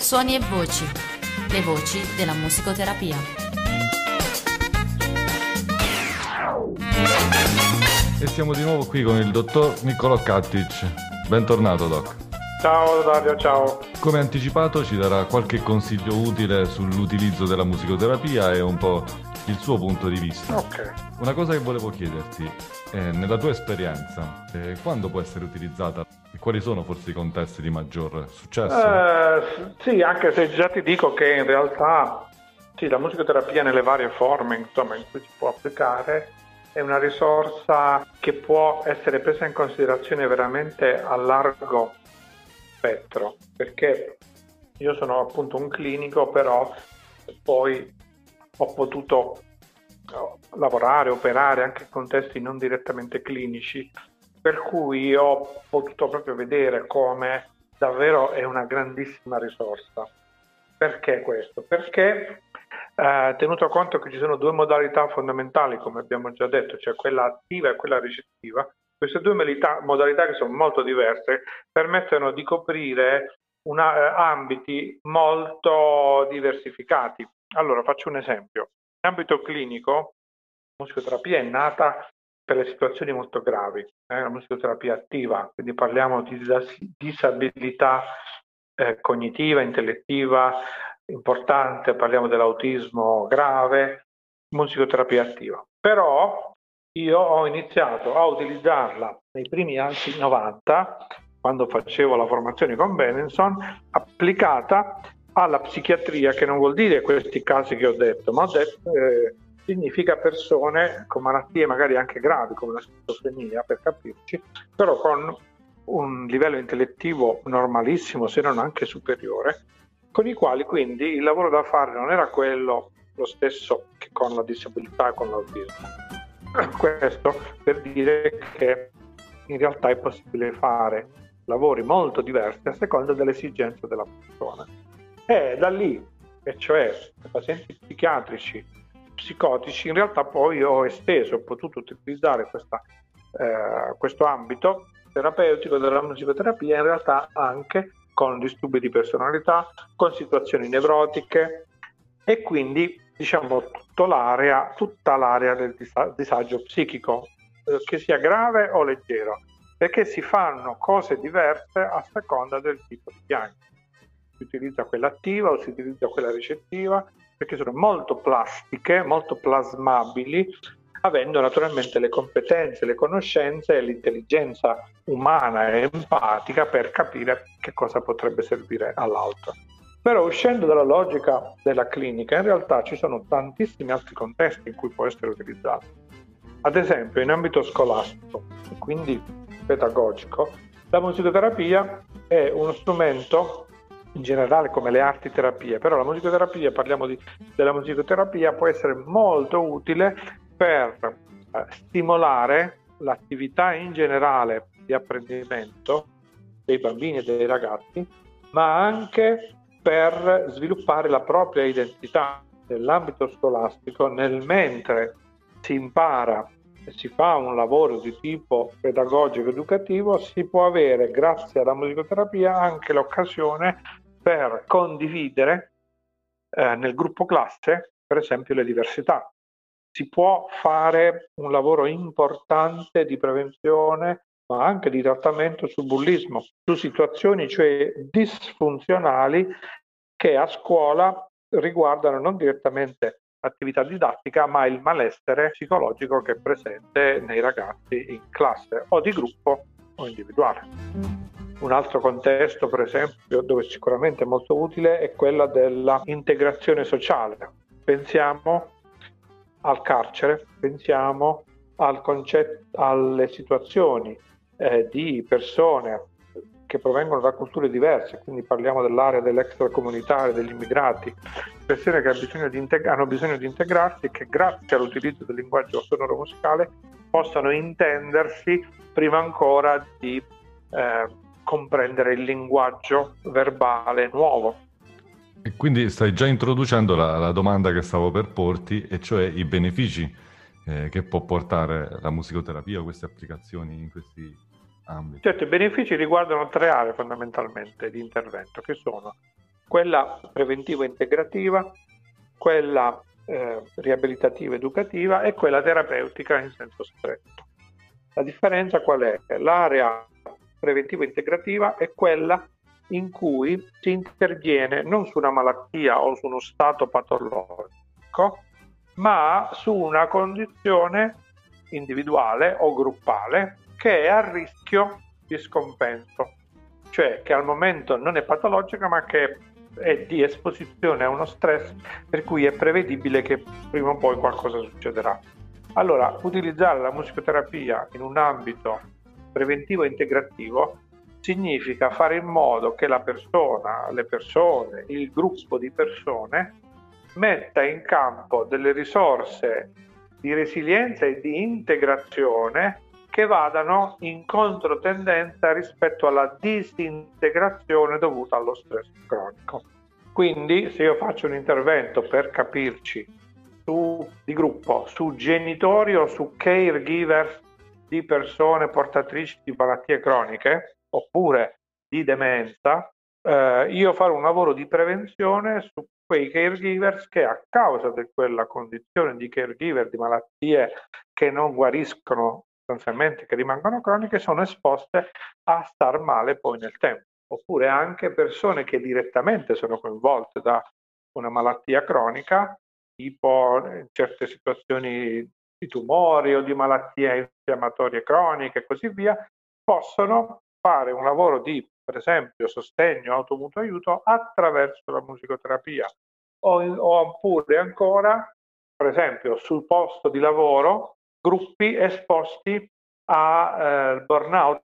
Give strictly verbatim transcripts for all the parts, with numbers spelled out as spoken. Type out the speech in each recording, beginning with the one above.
Suoni e voci, le voci della musicoterapia. E siamo di nuovo qui con il dottor Niccolò Kattic. Bentornato, Doc. Ciao Dario, ciao. Come anticipato ci darà qualche consiglio utile sull'utilizzo della musicoterapia e un po' il suo punto di vista. Ok. Una cosa che volevo chiederti, eh, nella tua esperienza, eh, quando può essere utilizzata e quali sono forse i contesti di maggior successo? Eh, sì, anche se già ti dico che in realtà sì, la musicoterapia nelle varie forme, insomma, in cui si può applicare, è una risorsa che può essere presa in considerazione veramente a largo spettro, perché io sono appunto un clinico, però poi ho potuto lavorare, operare anche in contesti non direttamente clinici, per cui ho potuto proprio vedere come davvero è una grandissima risorsa. Perché questo? Perché eh, tenuto conto che ci sono due modalità fondamentali, come abbiamo già detto, cioè quella attiva e quella ricettiva, queste due modalità, modalità che sono molto diverse permettono di coprire una, eh, ambiti molto diversificati. Allora faccio un esempio. In ambito clinico, la musicoterapia è nata per le situazioni molto gravi, eh, la musicoterapia attiva, quindi parliamo di disabilità eh, cognitiva, intellettiva importante, parliamo dell'autismo grave, musicoterapia attiva. Però io ho iniziato a utilizzarla nei primi anni novanta, quando facevo la formazione con Benenson, applicata alla psichiatria, che non vuol dire questi casi che ho detto, ma ho detto, eh, significa persone con malattie magari anche gravi, come la schizofrenia, per capirci, però con un livello intellettivo normalissimo, se non anche superiore, con i quali quindi il lavoro da fare non era quello lo stesso che con la disabilità e con l'autismo. Questo per dire che in realtà è possibile fare lavori molto diversi a seconda delle esigenze della persona. E da lì, e cioè i pazienti psichiatrici, psicotici, in realtà poi ho esteso, ho potuto utilizzare questa, eh, questo ambito terapeutico della musicoterapia in realtà anche con disturbi di personalità, con situazioni nevrotiche e quindi diciamo tutta l'area, tutta l'area del disagio psichico, eh, che sia grave o leggero, perché si fanno cose diverse a seconda del tipo di diagnosi. Si utilizza quella attiva o si utilizza quella ricettiva, perché sono molto plastiche, molto plasmabili, avendo naturalmente le competenze, le conoscenze e l'intelligenza umana e empatica per capire che cosa potrebbe servire all'altro. Però uscendo dalla logica della clinica, in realtà ci sono tantissimi altri contesti in cui può essere utilizzato. Ad esempio, in ambito scolastico, e quindi pedagogico, la musicoterapia è uno strumento, in generale come le arti terapie, però la musicoterapia, parliamo di, della musicoterapia, può essere molto utile per eh, stimolare l'attività in generale di apprendimento dei bambini e dei ragazzi, ma anche per sviluppare la propria identità nell'ambito scolastico, nel mentre si impara e si fa un lavoro di tipo pedagogico educativo, si può avere, grazie alla musicoterapia, anche l'occasione per condividere eh, nel gruppo classe, per esempio, le diversità. Si può fare un lavoro importante di prevenzione, ma anche di trattamento sul bullismo, su situazioni cioè disfunzionali che a scuola riguardano non direttamente l'attività didattica, ma il malessere psicologico che è presente nei ragazzi in classe o di gruppo o individuale. Un altro contesto, per esempio, dove sicuramente è molto utile è quella della integrazione sociale. Pensiamo al carcere, pensiamo al concetto, alle situazioni eh, di persone che provengono da culture diverse, quindi parliamo dell'area dell'extracomunitario, degli immigrati, persone che hanno bisogno di, integ- hanno bisogno di integrarsi e che grazie all'utilizzo del linguaggio sonoro musicale possano intendersi prima ancora di eh, comprendere il linguaggio verbale nuovo. E quindi stai già introducendo la, la domanda che stavo per porti, e cioè i benefici eh, che può portare la musicoterapia o queste applicazioni in questi ambiti. Certo, i benefici riguardano tre aree fondamentalmente di intervento, che sono quella preventivo-integrativa, quella eh, riabilitativa educativa e quella terapeutica in senso stretto. La differenza qual è? L'area preventivo-integrativa è quella in cui si interviene non su una malattia o su uno stato patologico, ma su una condizione individuale o gruppale che è a rischio di scompenso, cioè che al momento non è patologica ma che è di esposizione a uno stress per cui è prevedibile che prima o poi qualcosa succederà. Allora, utilizzare la musicoterapia in un ambito preventivo e integrativo significa fare in modo che la persona, le persone, il gruppo di persone metta in campo delle risorse di resilienza e di integrazione che vadano in controtendenza rispetto alla disintegrazione dovuta allo stress cronico. Quindi, se io faccio un intervento, per capirci, su, di gruppo, su genitori o su caregivers di persone portatrici di malattie croniche oppure di demenza, eh, io farò un lavoro di prevenzione su quei caregivers che a causa di quella condizione di caregiver di malattie che non guariscono, sostanzialmente che rimangono croniche, sono esposte a star male poi nel tempo. Oppure anche persone che direttamente sono coinvolte da una malattia cronica, tipo in certe situazioni di tumori o di malattie infiammatorie croniche e così via, possono fare un lavoro di, per esempio, sostegno, automutuo aiuto attraverso la musicoterapia. O, o oppure ancora, per esempio, sul posto di lavoro, gruppi esposti a eh, burnout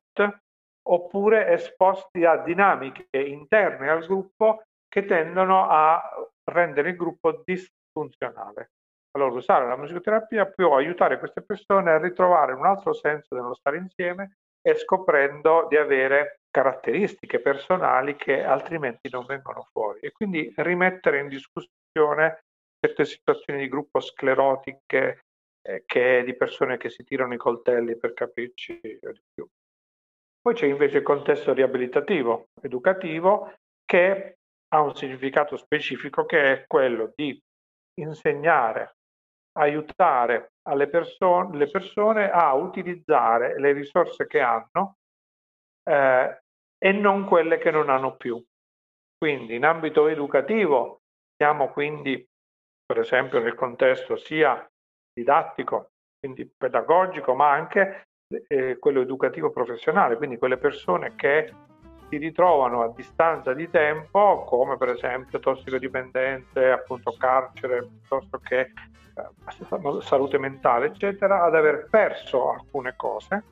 oppure esposti a dinamiche interne al gruppo che tendono a rendere il gruppo disfunzionale. Allora, usare la musicoterapia può aiutare queste persone a ritrovare un altro senso dello stare insieme e scoprendo di avere caratteristiche personali che altrimenti non vengono fuori, e quindi rimettere in discussione certe situazioni di gruppo sclerotiche, eh, che di persone che si tirano i coltelli, per capirci di più. Poi c'è invece il contesto riabilitativo, educativo, che ha un significato specifico, che è quello di insegnare, aiutare alle persone, le persone a utilizzare le risorse che hanno eh, e non quelle che non hanno più. Quindi in ambito educativo siamo quindi, per esempio, nel contesto sia didattico, quindi pedagogico, ma anche eh, quello educativo professionale, quindi quelle persone che si ritrovano a distanza di tempo, come per esempio tossicodipendenze, appunto carcere, piuttosto che eh, salute mentale, eccetera, ad aver perso alcune cose,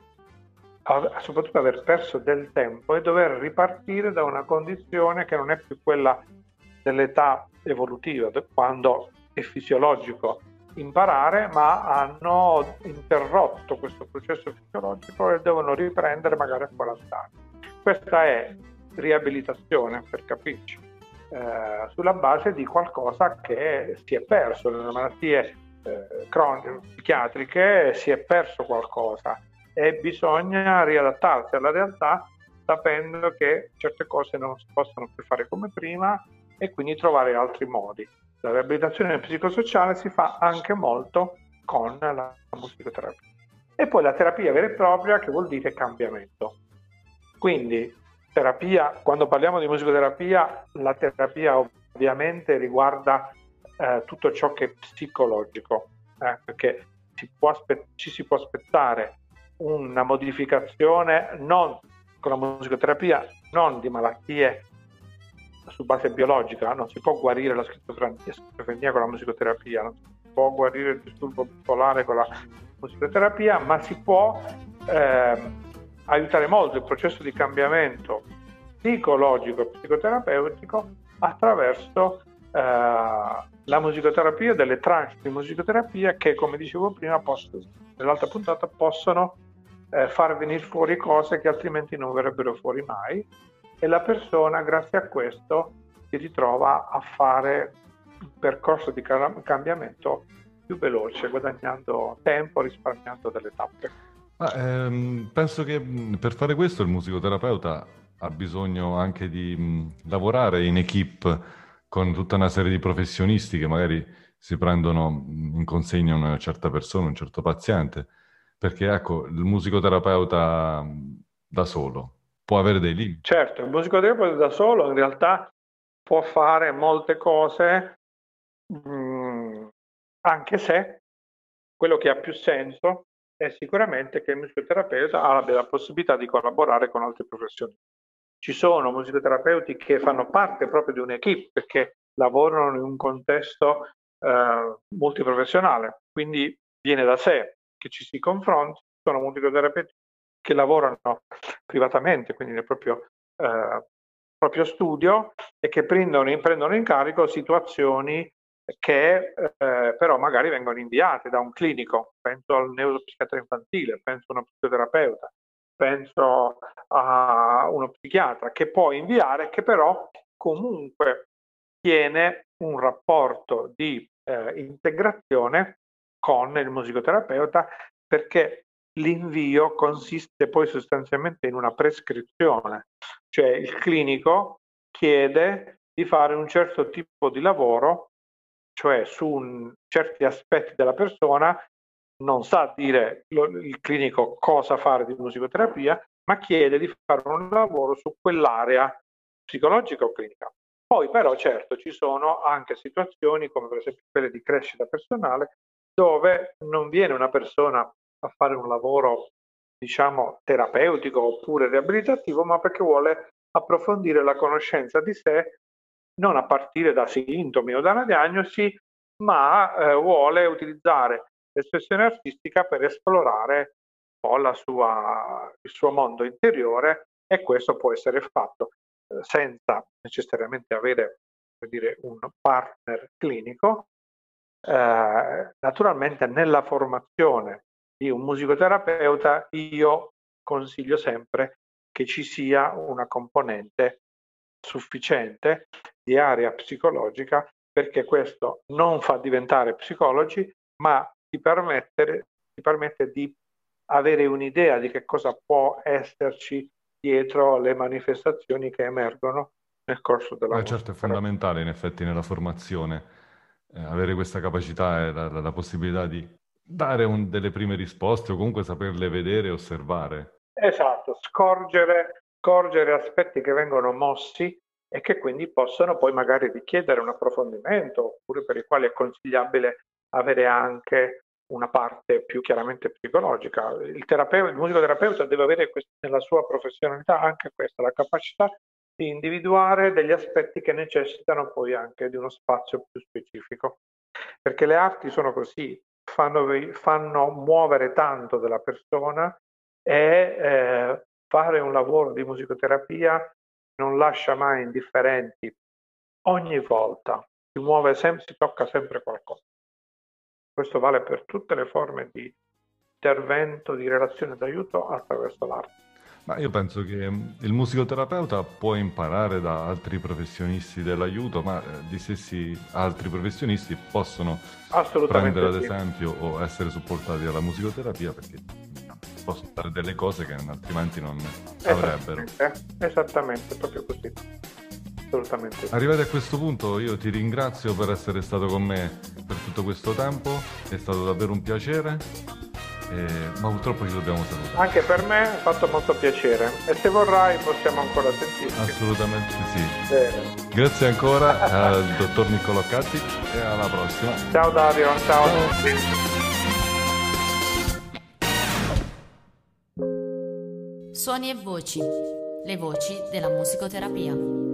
a, soprattutto aver perso del tempo e dover ripartire da una condizione che non è più quella dell'età evolutiva, quando è fisiologico imparare, ma hanno interrotto questo processo fisiologico e devono riprendere magari a quaranta anni. Questa è riabilitazione, per capirci, eh, sulla base di qualcosa che si è perso. Nelle malattie eh, croniche, psichiatriche, si è perso qualcosa e bisogna riadattarsi alla realtà, sapendo che certe cose non si possono più fare come prima e quindi trovare altri modi. La riabilitazione psicosociale si fa anche molto con la musicoterapia. E poi la terapia vera e propria, che vuol dire cambiamento. Quindi terapia, quando parliamo di musicoterapia, la terapia ovviamente riguarda eh, tutto ciò che è psicologico, eh, perché si può aspe- ci si può aspettare una modificazione non con la musicoterapia, non di malattie su base biologica, non si può guarire la schizofrenia con la musicoterapia, non si può guarire il disturbo bipolare con la musicoterapia, ma si può eh, aiutare molto il processo di cambiamento psicologico e psicoterapeutico attraverso eh, la musicoterapia, delle tranche di musicoterapia che, come dicevo prima, possono, nell'altra puntata, possono eh, far venire fuori cose che altrimenti non verrebbero fuori mai, e la persona, grazie a questo, si ritrova a fare un percorso di cambiamento più veloce, guadagnando tempo, risparmiando delle tappe. Ah, ehm, penso che per fare questo il musicoterapeuta ha bisogno anche di mh, lavorare in equipe con tutta una serie di professionisti che magari si prendono in consegna una certa persona, un certo paziente, perché ecco, il musicoterapeuta mh, da solo può avere dei limiti. Certo, il musicoterapeuta da solo in realtà può fare molte cose, mh, anche se quello che ha più senso è sicuramente che il musicoterapeuta abbia la possibilità di collaborare con altri professionisti. Ci sono musicoterapeuti che fanno parte proprio di un'equipe perché lavorano in un contesto eh, multiprofessionale, quindi viene da sé che ci si confronti. Ci sono musicoterapeuti che lavorano privatamente, quindi nel proprio, eh, proprio studio, e che prendono in, prendono in carico situazioni che eh, però magari vengono inviate da un clinico. Penso al neuropsichiatra infantile, penso a uno psicoterapeuta, penso a uno psichiatra che può inviare, che però comunque tiene un rapporto di eh, integrazione con il musicoterapeuta, perché l'invio consiste poi sostanzialmente in una prescrizione, cioè il clinico chiede di fare un certo tipo di lavoro, cioè su un, certi aspetti della persona. Non sa dire lo, il clinico cosa fare di musicoterapia, ma chiede di fare un lavoro su quell'area psicologica o clinica. Poi però certo ci sono anche situazioni come per esempio quelle di crescita personale, dove non viene una persona a fare un lavoro diciamo terapeutico oppure riabilitativo, ma perché vuole approfondire la conoscenza di sé, non a partire da sintomi o da una diagnosi, ma eh, vuole utilizzare l'espressione artistica per esplorare un po' la sua, il suo mondo interiore, e questo può essere fatto eh, senza necessariamente avere, per dire, un partner clinico. Eh, naturalmente nella formazione di un musicoterapeuta io consiglio sempre che ci sia una componente sufficiente di area psicologica, perché questo non fa diventare psicologi, ma ti permette, ti permette di avere un'idea di che cosa può esserci dietro le manifestazioni che emergono nel corso della Eh, musica. certo, è fondamentale in effetti nella formazione eh, avere questa capacità e la, la- la possibilità di dare un- delle prime risposte o comunque saperle vedere e osservare. Esatto, scorgere, scorgere aspetti che vengono mossi e che quindi possono poi magari richiedere un approfondimento, oppure per i quali è consigliabile avere anche una parte più chiaramente psicologica. Il terapeuta, il musicoterapeuta deve avere quest- nella sua professionalità anche questa, la capacità di individuare degli aspetti che necessitano poi anche di uno spazio più specifico, perché le arti sono così, fanno, fanno muovere tanto della persona, e eh, fare un lavoro di musicoterapia non lascia mai indifferenti. Ogni volta si muove sempre, si tocca sempre qualcosa. Questo vale per tutte le forme di intervento, di relazione d'aiuto attraverso l'arte. Ma io penso che mm, il musicoterapeuta può imparare da altri professionisti dell'aiuto, ma eh, gli stessi altri professionisti possono Assolutamente prendere ad sì. esempio o essere supportati dalla musicoterapia perché possono fare delle cose che altrimenti non avrebbero. Esattamente, esattamente, proprio così. Assolutamente sì. Arrivati a questo punto io ti ringrazio per essere stato con me per tutto questo tempo, è stato davvero un piacere, eh, ma purtroppo ci dobbiamo salutare. Anche per me ha fatto molto piacere, e se vorrai possiamo ancora sentirci. Assolutamente sì. Bene. Grazie ancora al dottor Niccolò Catti e alla prossima. Ciao Dario, ciao. Suoni e voci, le voci della musicoterapia.